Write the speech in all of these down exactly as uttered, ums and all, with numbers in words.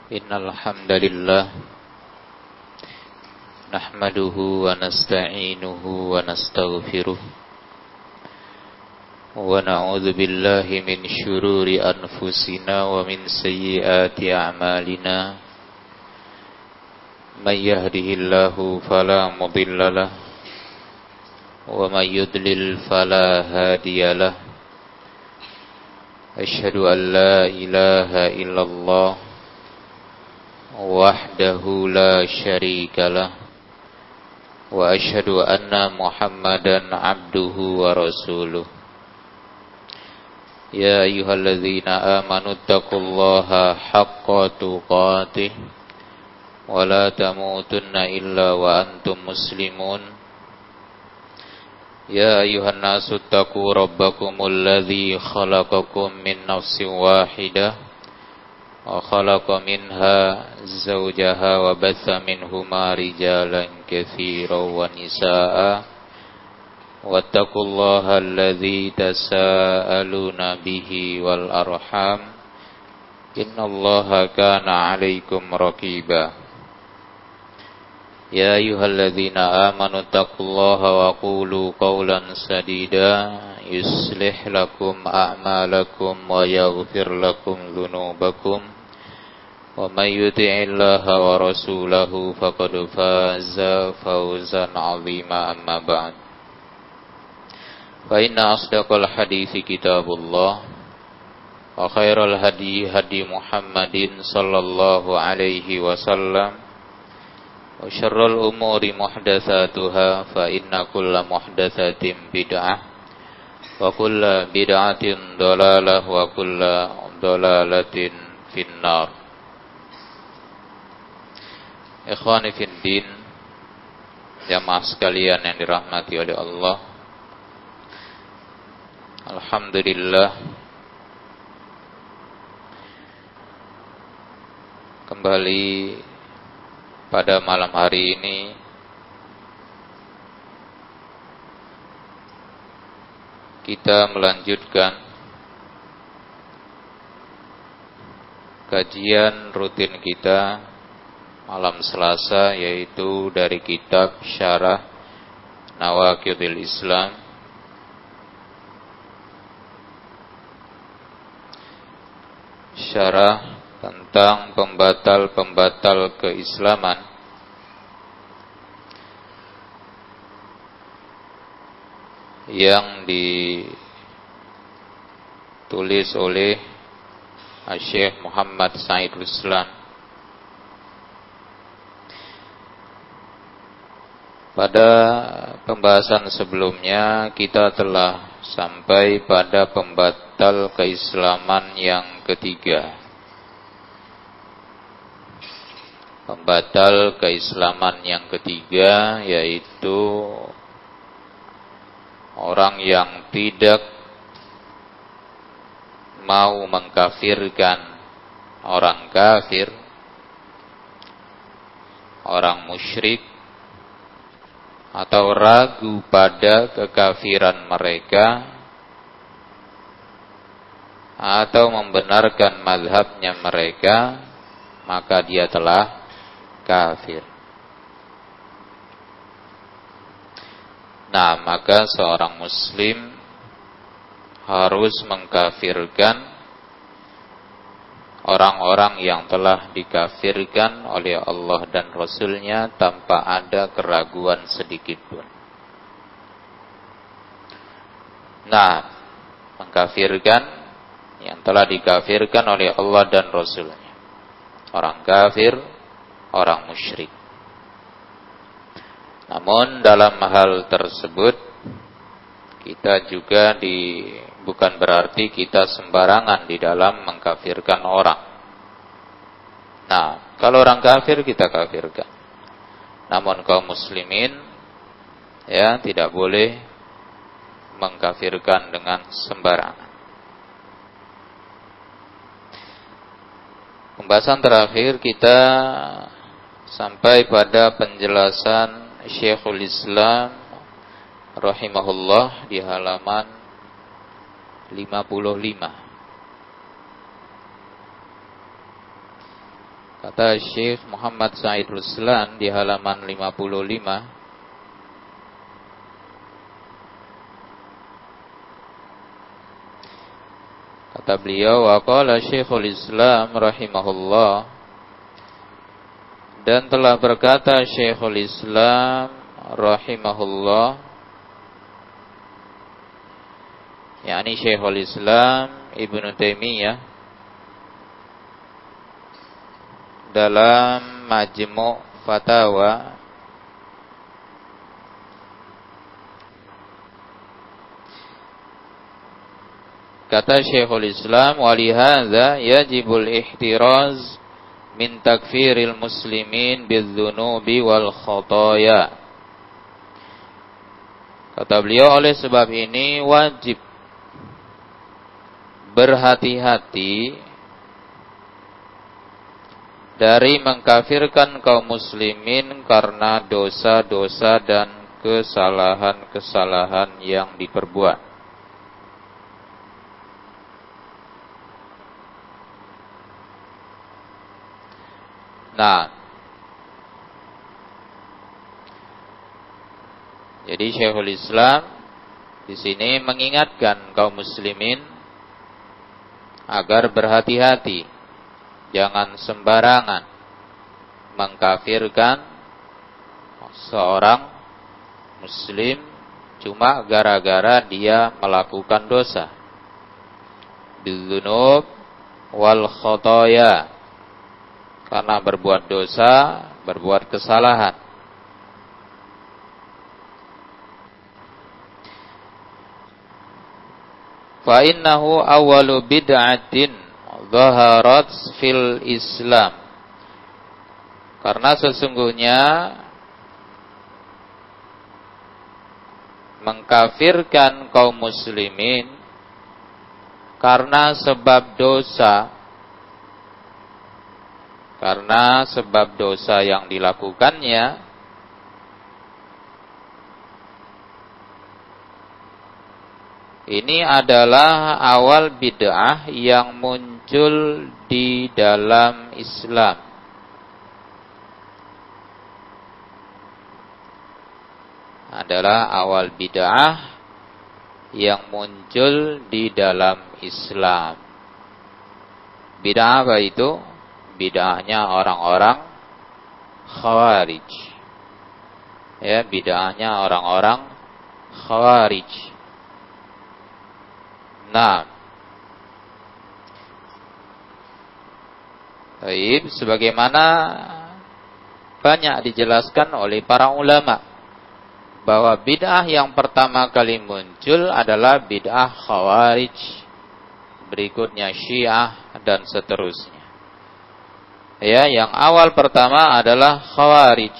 Innal hamdalillah nahmaduhu wa nasta'inuhu wa nastaghfiruh wa na'udzu billahi min syururi anfusina wa min sayyiati a'malina. May yahdihillahu fala mudilla lahu wa may yudlil fala hadiyalah. Asyhadu an la ilaha illallah wahdahu la syarikalah wa asyhadu anna Muhammadan abduhu wa rasuluh. Ya ayyuhalladzina amanu taqullaha haqqa tuqatih wa la tamutunna illa wa antum muslimun. Ya ayyuhan nasu taqu rabbakumul ladzi khalaqakum min nafsin wahidah wa khalaqa minha zawjaha wa batha minhuma rijalan katsiran wa nisaa'a wattaqullaha alladzi tasaaluna bihi wal arham innallaha kana 'alaikum raqiba. Ya ayyuhalladzina amanu taqullaha wa qulu qawlan sadida yuslih lakum a'malakum wa yaghfir lakum dhunubakum wa may yuti'illaha wa rasulahu faqad faza fawzan 'azima. Amma ba'd. Fa inna asdaqal hadithi kitabullah wa khairal hadi hadi Muhammadin sallallahu alaihi wasallam wa syarrul umuri muhdatsatuha fa inna kulla muhdatsatin bid'ah wa kulla bid'atin dhalalah wa kulla dhalalatin finnar. Ikhwani fid din, jamaah sekalian yang dirahmati oleh Allah, alhamdulillah kembali pada malam hari ini kita melanjutkan kajian rutin kita malam Selasa, yaitu dari kitab Syarah Nawaqidil Islam syarah tentang pembatal-pembatal keislaman yang ditulis oleh Syekh Muhammad Said Ruslan. Pada pembahasan sebelumnya kita telah sampai pada pembatal keislaman yang ketiga. Pembatal keislaman yang ketiga yaitu orang yang tidak mau mengkafirkan orang kafir, orang musyrik, atau ragu pada kekafiran mereka, atau membenarkan mazhabnya mereka, maka dia telah kafir. Nah, maka seorang muslim harus mengkafirkan orang-orang yang telah dikafirkan oleh Allah dan Rasul-Nya tanpa ada keraguan sedikit pun. Nah, mengkafirkan yang telah dikafirkan oleh Allah dan Rasul-Nya, orang kafir, orang musyrik. Namun dalam hal tersebut kita juga di bukan berarti kita sembarangan di dalam mengkafirkan orang. Nah, kalau orang kafir kita kafirkan. Namun kaum muslimin ya tidak boleh mengkafirkan dengan sembarangan. Pembahasan terakhir kita sampai pada penjelasan Syekhul Islam rahimahullah di halaman lima puluh lima. Kata Syekh Muhammad Said Ruslan di halaman lima puluh lima, kata beliau, wa qala Syekhul Islam rahimahullah, dan telah berkata Syekhul Islam rahimahullah, yakni Syekhul Islam Ibnu Taimiyah dalam Majmu' Fatawa kata Syekhul Islam, walihadza yajibul ihtiraz min takfiril muslimin bizdzunubi wal khotoya. Kata beliau, oleh sebab ini wajib berhati-hati dari mengkafirkan kaum muslimin karena dosa-dosa dan kesalahan-kesalahan yang diperbuat. Nah, jadi Syekhul Islam di sini mengingatkan kaum muslimin agar berhati-hati, jangan sembarangan mengkafirkan seorang muslim cuma gara-gara dia melakukan dosa. Bidzunub wal khotoya, karena berbuat dosa, berbuat kesalahan. Fa innahu awwalu bid'atin zaharat fil Islam. Karena sesungguhnya mengkafirkan kaum muslimin karena sebab dosa, karena sebab dosa yang dilakukannya, ini adalah awal bid'ah yang muncul di dalam Islam. Adalah awal bid'ah yang muncul di dalam Islam. Bid'ah apa itu? Bid'ahnya orang-orang Khawarij. Ya, bid'ahnya orang-orang Khawarij. Nah, baik, sebagaimana banyak dijelaskan oleh para ulama bahwa bid'ah yang pertama kali muncul adalah bid'ah Khawarij, berikutnya Syiah dan seterusnya. Ya, yang awal pertama adalah Khawarij.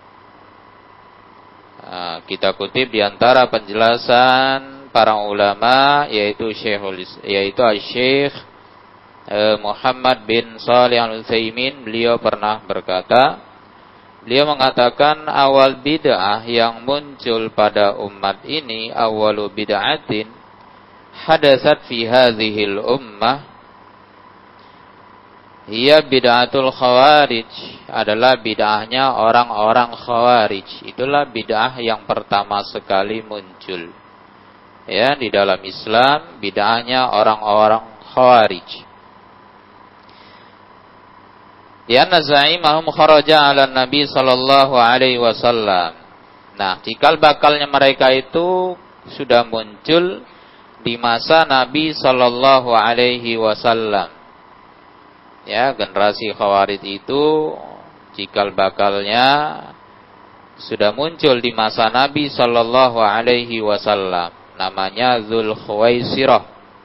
Nah, kita kutip di antara penjelasan para ulama, yaitu Syekhul yaitu Syekh eh, Muhammad bin Shalih Al-Utsaimin. Beliau pernah berkata, beliau mengatakan awal bid'ah yang muncul pada umat ini, awalu bid'atin hadatsat fi hadhil ummah hiya bid'atul Khawarij, adalah bid'ahnya orang-orang Khawarij. Itulah bid'ah yang pertama sekali muncul ya di dalam Islam, bid'ahnya orang-orang Khawarij. Ya nazaimahum kharaja 'ala Nabi sallallahu alaihi wasallam. Nah, cikal bakalnya mereka itu sudah muncul di masa Nabi sallallahu alaihi wasallam. Ya, generasi Khawarij itu cikal bakalnya sudah muncul di masa Nabi sallallahu alaihi wasallam. Namanya Dzul Khuwaisirah.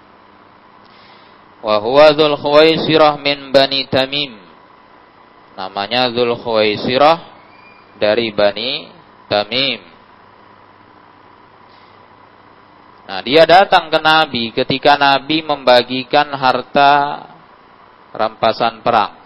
Wa huwa Dzul Khuwaisirah min Bani Tamim. Namanya Dzul Khuwaisirah dari Bani Tamim. Nah, dia datang ke Nabi ketika Nabi membagikan harta rampasan perang.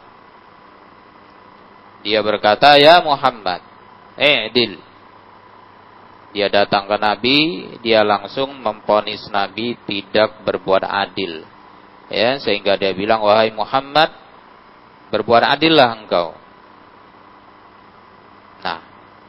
Dia berkata, "Ya Muhammad, i'dil." Dia datang ke Nabi, dia langsung memvonis Nabi tidak berbuat adil. Ya, sehingga dia bilang, "Wahai Muhammad, berbuat adillah engkau. Nah,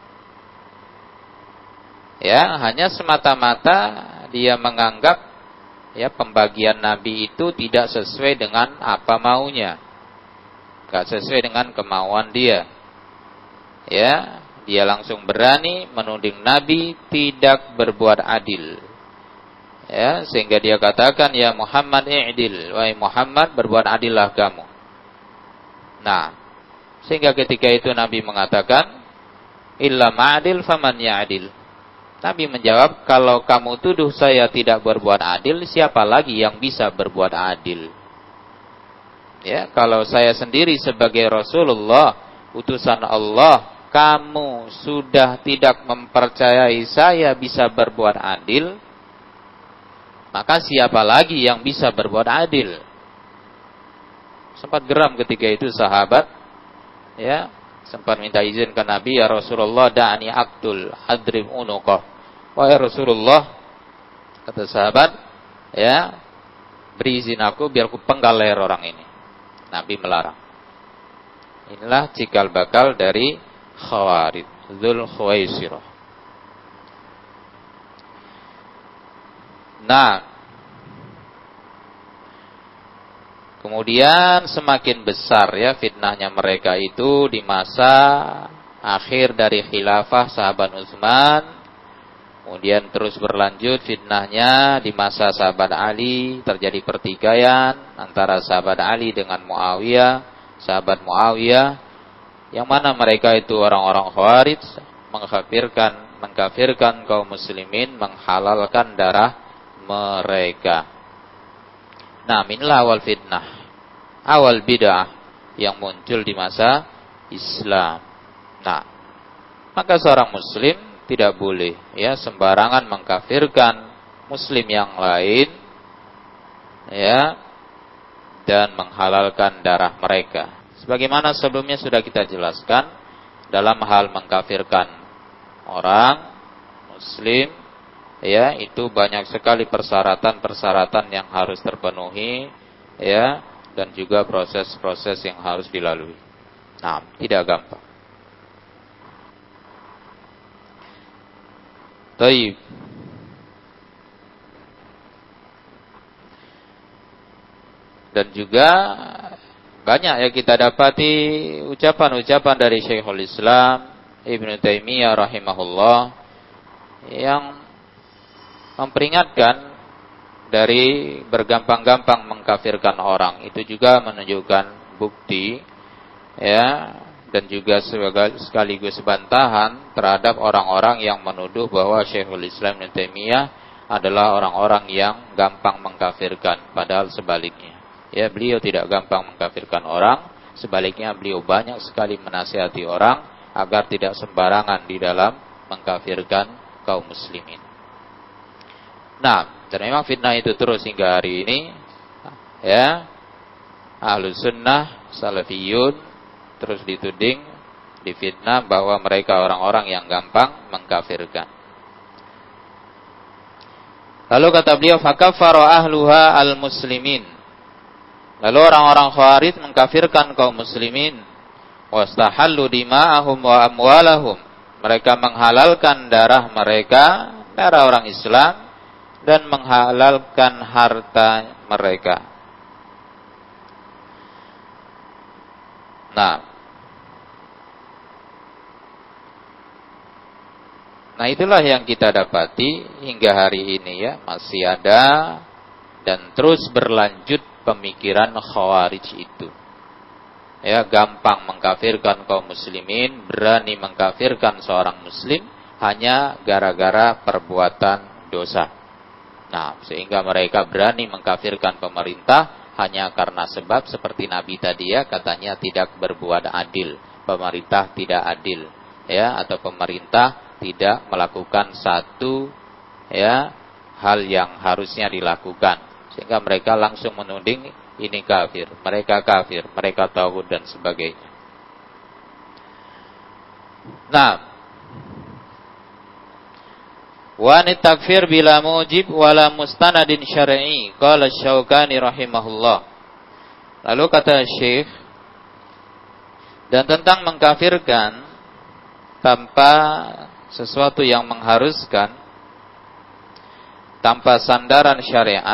ya, hanya semata-mata dia menganggap ya pembagian Nabi itu tidak sesuai dengan apa maunya, gak sesuai dengan kemauan dia. Ya, dia langsung berani menuding Nabi tidak berbuat adil. Ya, sehingga dia katakan, ya Muhammad i'dil, wahai Muhammad berbuat adillah kamu. Nah, sehingga ketika itu Nabi mengatakan, illa ma'adil faman ya'adil. Nabi menjawab, kalau kamu tuduh saya tidak berbuat adil, siapa lagi yang bisa berbuat adil? Ya, kalau saya sendiri sebagai Rasulullah, utusan Allah, kamu sudah tidak mempercayai saya bisa berbuat adil, maka siapa lagi yang bisa berbuat adil? Sempat geram ketika itu sahabat, ya, sempat minta izin ke Nabi, ya Rasulullah, da'ani aqtul adrib unuqah. Wahai Rasulullah, kata sahabat, ya, beri izin aku biar aku penggal leher orang ini. Nabi melarang. Inilah cikal bakal dari Khawarij, Dzul Khuwaisirah. Nah, kemudian semakin besar ya fitnahnya mereka itu di masa akhir dari khilafah sahabat Utsman. Kemudian terus berlanjut fitnahnya di masa sahabat Ali, terjadi pertikaian antara sahabat Ali dengan Muawiyah, sahabat Muawiyah, yang mana mereka itu orang-orang Khawarij, mengkafirkan, mengkafirkan kaum muslimin, menghalalkan darah mereka. Nah, inilah awal fitnah, awal bid'ah yang muncul di masa Islam. Nah, maka seorang muslim tidak boleh ya sembarangan mengkafirkan muslim yang lain ya dan menghalalkan darah mereka. Sebagaimana sebelumnya sudah kita jelaskan, dalam hal mengkafirkan orang muslim ya itu banyak sekali persyaratan-persyaratan yang harus terpenuhi ya, dan juga proses-proses yang harus dilalui. Nah, tidak gampang. Taib. Dan juga banyak ya kita dapati ucapan-ucapan dari Syekhul Islam Ibnu Taimiyah rahimahullah yang memperingatkan dari bergampang-gampang mengkafirkan orang. Itu juga menunjukkan bukti ya, dan juga sekaligus bantahan terhadap orang-orang yang menuduh bahwa Syekhul Islam Ibnu Taimiyah adalah orang-orang yang gampang mengkafirkan, padahal sebaliknya. Ya, beliau tidak gampang mengkafirkan orang, sebaliknya beliau banyak sekali menasihati orang agar tidak sembarangan di dalam mengkafirkan kaum muslimin. Nah, dan memang fitnah itu terus hingga hari ini ya. Ahlus sunnah, salafiyun terus dituding, difitnah bahwa mereka orang-orang yang gampang mengkafirkan. Lalu kata beliau, fakaffaru ahluha al-muslimin. Lalu orang-orang Khawarij mengkafirkan kaum muslimin. Wastahallu dima'ahum wa amwalahum. Mereka menghalalkan darah mereka, darah orang Islam, dan menghalalkan harta mereka. Nah, nah itulah yang kita dapati hingga hari ini ya, masih ada dan terus berlanjut pemikiran Khawarij itu. Ya, gampang mengkafirkan kaum muslimin, berani mengkafirkan seorang muslim hanya gara-gara perbuatan dosa. Nah, sehingga mereka berani mengkafirkan pemerintah hanya karena sebab seperti Nabi tadi ya, katanya tidak berbuat adil, pemerintah tidak adil ya, atau pemerintah tidak melakukan satu ya hal yang harusnya dilakukan, sehingga mereka langsung menuding ini kafir, mereka kafir, mereka tauhid dan sebagainya. Nah, wa takfir bila mujib wala mustanadin syar'i, qala Syaukani rahimahullah. Lalu kata Syekh Dan tentang mengkafirkan tanpa sesuatu yang mengharuskan, tanpa sandaran syariat,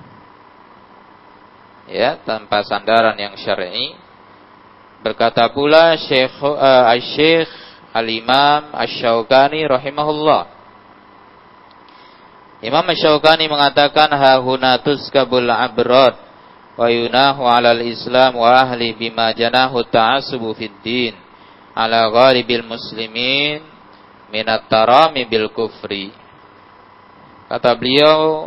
ya, tanpa sandaran yang syar'i. Berkata pula Syekh uh, Syekh Al-Imam Asy-Syaukani rahimahullah. Imam Asy-Syaukani mengatakan hahuna tuskabul abrad wa yunahu 'alal Islam wa ahli bima janahu ta'assubu fid din 'ala ghalibil muslimin minat tarami bil kufri. Kata beliau,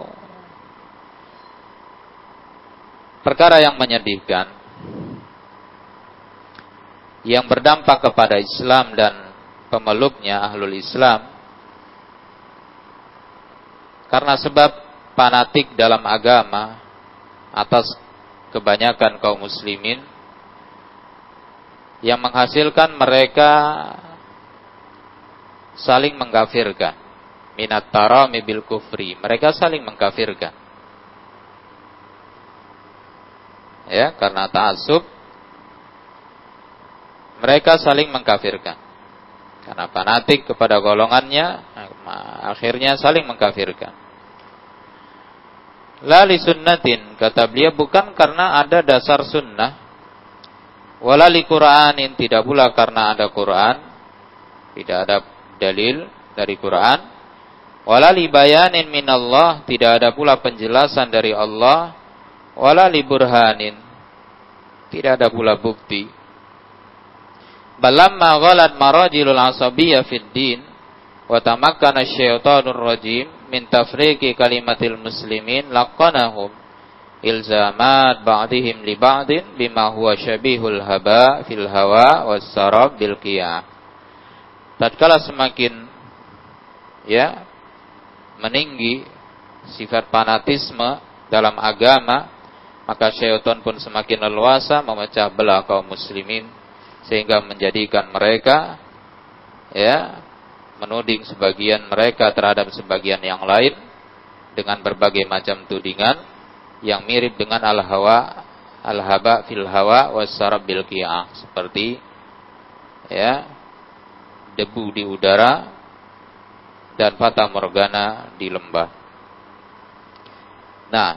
perkara yang menyedihkan yang berdampak kepada Islam dan pemeluknya ahlul Islam karena sebab fanatik dalam agama atas kebanyakan kaum muslimin yang menghasilkan mereka saling mengkafirkan, minat tarami bil kufri, mereka saling mengkafirkan, ya, karena ta'assub mereka saling mengkafirkan, karena fanatik kepada golongannya akhirnya saling mengkafirkan. La li sunnatin, kata beliau, bukan karena ada dasar sunnah. Wala li Qur'anin, tidak pula karena ada Quran, tidak ada dalil dari Quran. Wala li bayanin minallah, tidak ada pula penjelasan dari Allah. Wala li burhanin, tidak ada pula bukti. Balamma ghalat marajilul asabiyyah fid din wa tamakkana asy-syaitonur rajim min tafriqi kalimatil muslimin laqanahum ilzamat ba'dihim li ba'din bima huwa syabihul haba fil hawa was sarab bil qiyah. Tatkala semakin, ya, meninggi sifat fanatisme dalam agama, maka syaitan pun semakin leluasa memecah belah kaum muslimin sehingga menjadikan mereka, ya, menuding sebagian mereka terhadap sebagian yang lain dengan berbagai macam tudingan yang mirip dengan al-hawa, al-haba fil hawa was-sarab bil qiyah, seperti, ya, debu di udara dan fata morgana di lembah. Nah,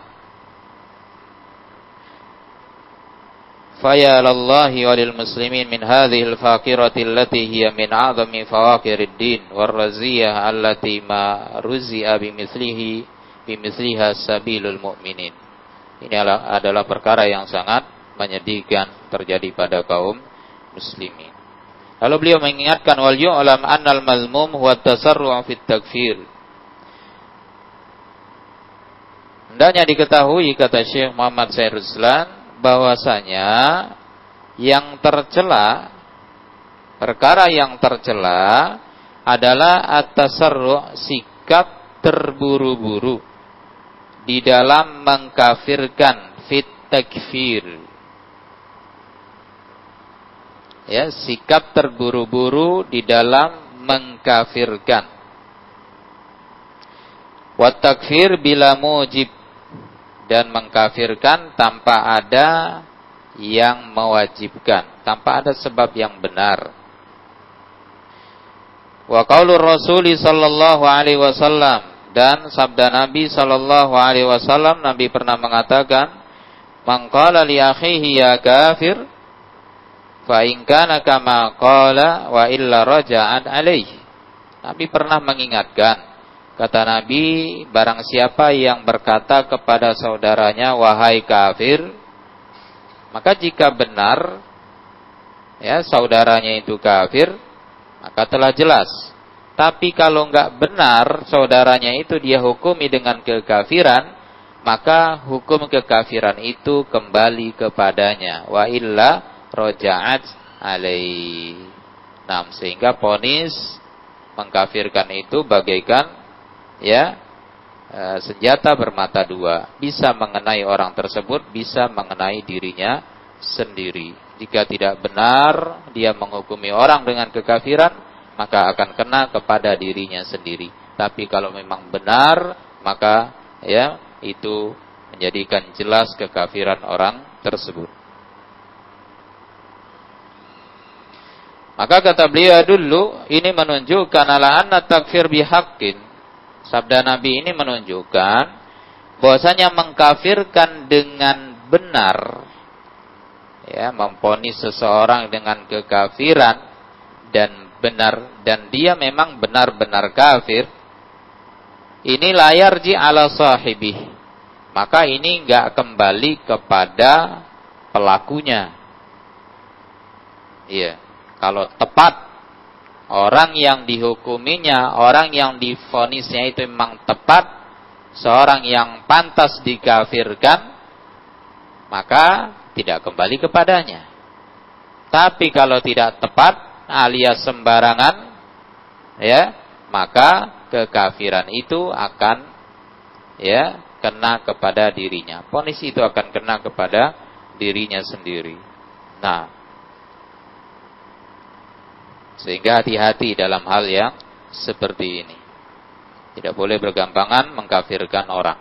faya lallahi walil muslimin min hadhil faqirati allati hiya min a'zami fawaqirid din war raziyah allati ma ruzi'a bimithlihi bimithliha sabilul mu'minin. Ini adalah, adalah perkara yang sangat menyedihkan terjadi pada kaum muslimin. Lalu beliau mengingatkan wal yu'lam annal mazmum huwa tasarru' fit takfir. Hendaknya diketahui, kata Syekh Muhammad Said Ruslan, bahwasanya yang tercela, perkara yang tercela adalah at-tasarru', sikap terburu-buru di dalam mengkafirkan, fit takfir. Ya, sikap terburu-buru di dalam mengkafirkan. Wa takfir bila mujib, dan mengkafirkan tanpa ada yang mewajibkan, tanpa ada sebab yang benar. Wa qaulur Rasuli sallallahu alaihi wasallam, dan sabda Nabi sallallahu alaihi wasallam, Nabi pernah mengatakan, man qala li akhihi ya kafir fa in kana kama qala wa illa raja'at alaihi. Nabi pernah mengingatkan, kata Nabi, barang siapa yang berkata kepada saudaranya wahai kafir, maka jika benar, ya, saudaranya itu kafir, maka telah jelas. Tapi kalau enggak benar, saudaranya itu dia hukumi dengan kekafiran, maka hukum kekafiran itu kembali kepadanya. Wa illa raja'at alaihi. Nah, sehingga vonis mengkafirkan itu bagaikan, ya, e, senjata bermata dua, bisa mengenai orang tersebut, bisa mengenai dirinya sendiri. Jika tidak benar dia menghukumi orang dengan kekafiran, maka akan kena kepada dirinya sendiri. Tapi kalau memang benar, maka, ya, itu menjadikan jelas kekafiran orang tersebut. Maka kata beliau dulu, ini menunjukkan ala anna takfir bihaqqin. Sabda Nabi ini menunjukkan bahwasanya mengkafirkan dengan benar, ya, memvonis seseorang dengan kekafiran dan benar, dan dia memang benar-benar kafir, ini la yarji ala sahibih. Maka ini enggak kembali kepada pelakunya. Iya. Kalau tepat orang yang dihukuminya, orang yang divonisnya itu memang tepat, seorang yang pantas dikafirkan, maka tidak kembali kepadanya. Tapi kalau tidak tepat alias sembarangan, ya, maka kekafiran itu akan, ya, kena kepada dirinya. Vonis itu akan kena kepada dirinya sendiri. Nah, sehingga hati-hati dalam hal yang seperti ini. Tidak boleh bergampangan mengkafirkan orang.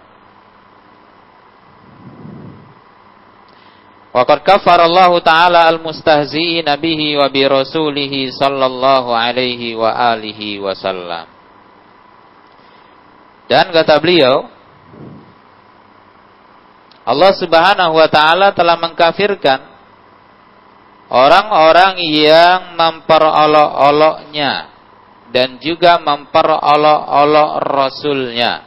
Wa qad kafara Allah Ta'ala al-mustahzi'ina bihi wa bi rasulihi sallallahu alaihi wa alihi wasallam. Dan kata beliau, Allah Subhanahu wa Ta'ala telah mengkafirkan orang-orang yang memperolok-oloknya dan juga memperolok-olok Rasulnya.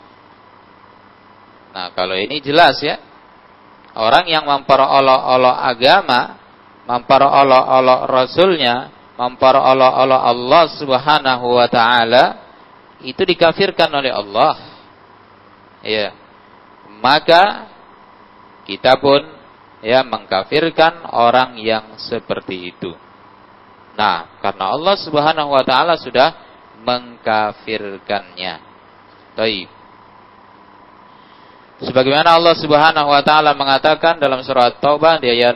Nah, kalau ini jelas ya. Orang yang memperolok-olok agama, memperolok-olok Rasulnya, memperolok-olok Allah Subhanahu wa Ta'ala, itu dikafirkan oleh Allah. Ya. Maka kita pun, ya, mengkafirkan orang yang seperti itu. Nah, karena Allah Subhanahu wa Ta'ala sudah mengkafirkannya. Baik. Sebagaimana Allah Subhanahu wa Ta'ala mengatakan dalam surat Taubah di ayat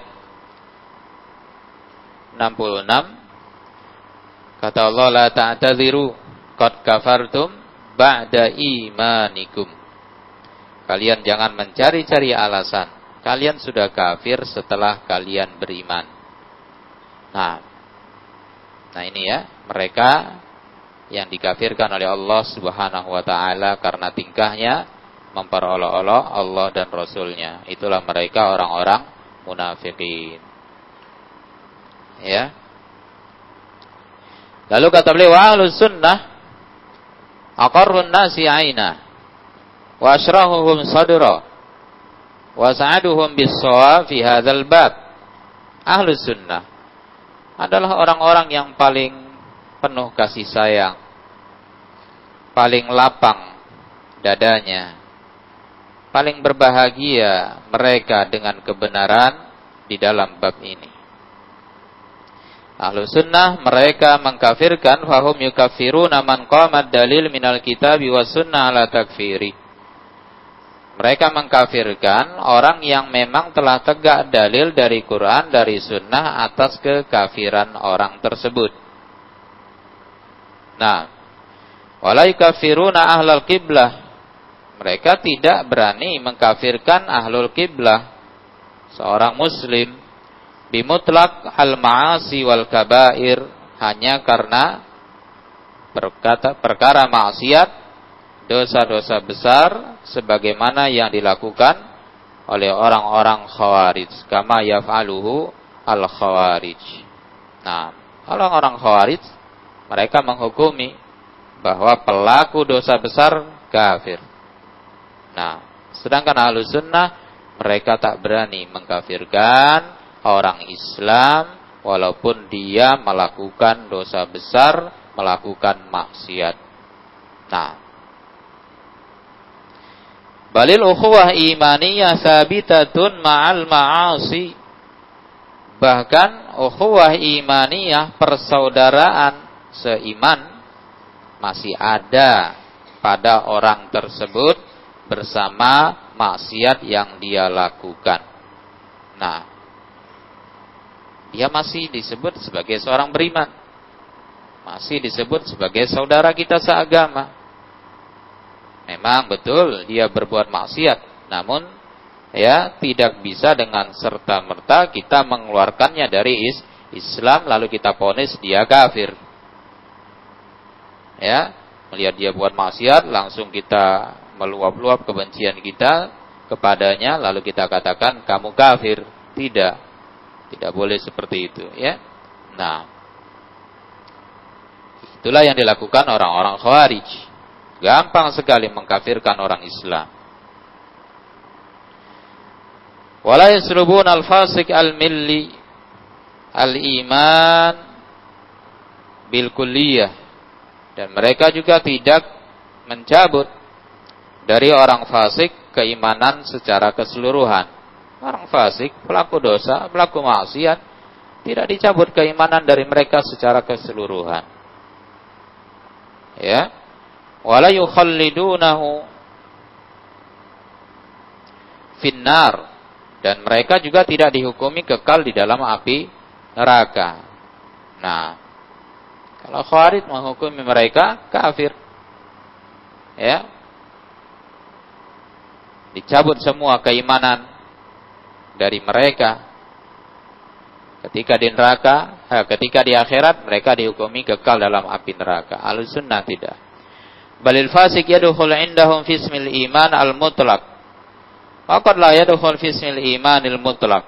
enam puluh enam, kata Allah, la ta'tadziru qad kafartum ba'da imanikum. Kalian jangan mencari-cari alasan. Kalian sudah kafir setelah kalian beriman. Nah, nah ini ya, mereka yang dikafirkan oleh Allah Subhanahu wa Ta'ala karena tingkahnya memperolok-olok Allah dan Rasulnya. Itulah mereka orang-orang munafikin. Ya. Lalu kata beliau, wa ahlus sunnah aqarrun nasi aina wa asyrahuhum sadra wa sa'aduhum bis-shawab fi hadzal bab. Ahlus sunnah adalah orang-orang yang paling penuh kasih sayang, paling lapang dadanya, paling berbahagia mereka dengan kebenaran di dalam bab ini. Ahlus sunnah mereka mengkafirkan, fahum yukaffiruna man qamad dalil minal kitabi was sunnah ala takfiri. Mereka mengkafirkan orang yang memang telah tegak dalil dari Quran, dari sunnah atas kekafiran orang tersebut. Nah, wala yukaffiruna ahlal qiblah. Mereka tidak berani mengkafirkan ahlul qiblah, seorang muslim, bimutlaq al-ma'asi wal kabair, hanya karena perkata, perkara maksiat, dosa-dosa besar, sebagaimana yang dilakukan oleh orang-orang khawarij, kama yaf'aluhu al-khawarij. Nah, orang-orang khawarij mereka menghukumi bahwa pelaku dosa besar kafir. Nah, sedangkan ahlus sunnah mereka tak berani mengkafirkan orang Islam walaupun dia melakukan dosa besar, melakukan maksiat. Nah, balil ukhuwah imaniyah sabitatun ma'al ma'asi. Bahkan ukhuwah imaniyah, persaudaraan seiman, masih ada pada orang tersebut bersama maksiat yang dia lakukan. Nah, dia masih disebut sebagai seorang beriman, masih disebut sebagai saudara kita seagama. Memang betul dia berbuat maksiat, namun ya tidak bisa dengan serta-merta kita mengeluarkannya dari is, Islam lalu kita vonis dia kafir. Ya, melihat dia buat maksiat langsung kita meluap-luap kebencian kita kepadanya lalu kita katakan kamu kafir. Tidak. Tidak boleh seperti itu, ya. Nah, itulah yang dilakukan orang-orang Khawarij. Gampang sekali mengkafirkan orang Islam. Wala yaslubun al-fasik al-milli al-iman bil kulliyah. Dan mereka juga tidak mencabut dari orang fasik keimanan secara keseluruhan. Orang fasik, pelaku dosa, pelaku maksiat, tidak dicabut keimanan dari mereka secara keseluruhan. Ya. Wala yukhallidunahu finnar. Dan mereka juga tidak dihukumi kekal di dalam api neraka. Nah, kalau Khawarij menghukumi mereka kafir, ya, dicabut semua keimanan dari mereka. Ketika di neraka, eh, ketika di akhirat mereka dihukumi kekal dalam api neraka. Ahlussunnah tidak. Balil fasik yadkhul indahum fismil iman al-mutlaq. Waqad la yadkhul fi ismil imanil mutlaq.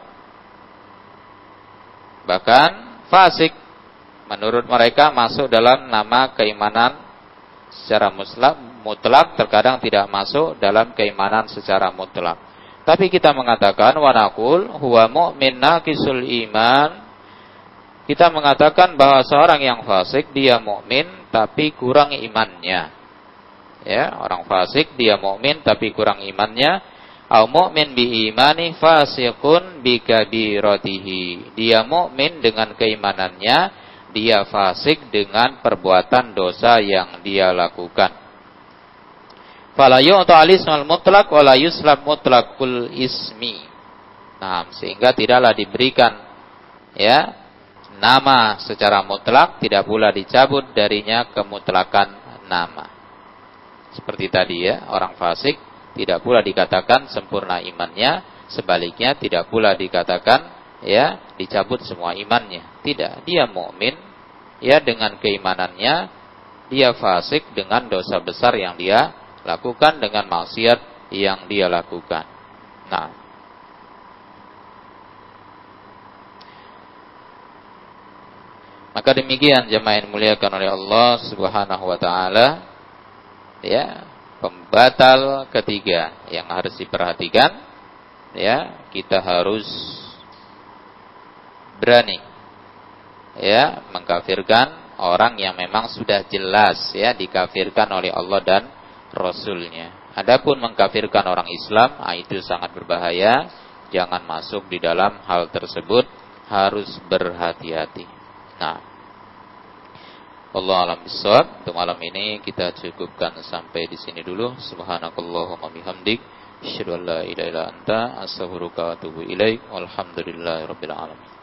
Bahkan fasik menurut mereka masuk dalam nama keimanan secara mutlak, terkadang tidak masuk dalam keimanan secara mutlak. Tapi kita mengatakan wa naqul huwa mu'min naqisul iman. Kita mengatakan bahwa seorang yang fasik dia mukmin tapi kurang imannya. Ya, orang fasik dia mukmin tapi kurang imannya. Au mu'min bi imani fasiqun bi kabiratihi. Dia mukmin dengan keimanannya, dia fasik dengan perbuatan dosa yang dia lakukan. Fala yu'ta al-ismal mutlaq wa la yuslab mutlaqul ismi. Nah, sehingga tidaklah diberikan ya nama secara mutlak, tidak pula dicabut darinya kemutlakan nama. Seperti tadi ya, orang fasik tidak pula dikatakan sempurna imannya, sebaliknya tidak pula dikatakan ya dicabut semua imannya. Tidak, dia mukmin ya dengan keimanannya, dia fasik dengan dosa besar yang dia lakukan, dengan maksiat yang dia lakukan. Nah, maka demikian jemaah yang dimuliakan oleh Allah Subhanahu wa taala, ya, pembatal ketiga yang harus diperhatikan, ya, kita harus berani ya mengkafirkan orang yang memang sudah jelas ya dikafirkan oleh Allah dan Rasulnya. Adapun mengkafirkan orang Islam, ah, itu sangat berbahaya, jangan masuk di dalam hal tersebut, harus berhati-hati. Nah, Allah alam bisawab. Untuk malam ini kita cukupkan sampai di sini dulu. Subhanakallahumma bihamdik, asyhadu an la ilaha illa anta, astaghfiruka wa atubu ilaik. Walhamdulillahirabbil alamin.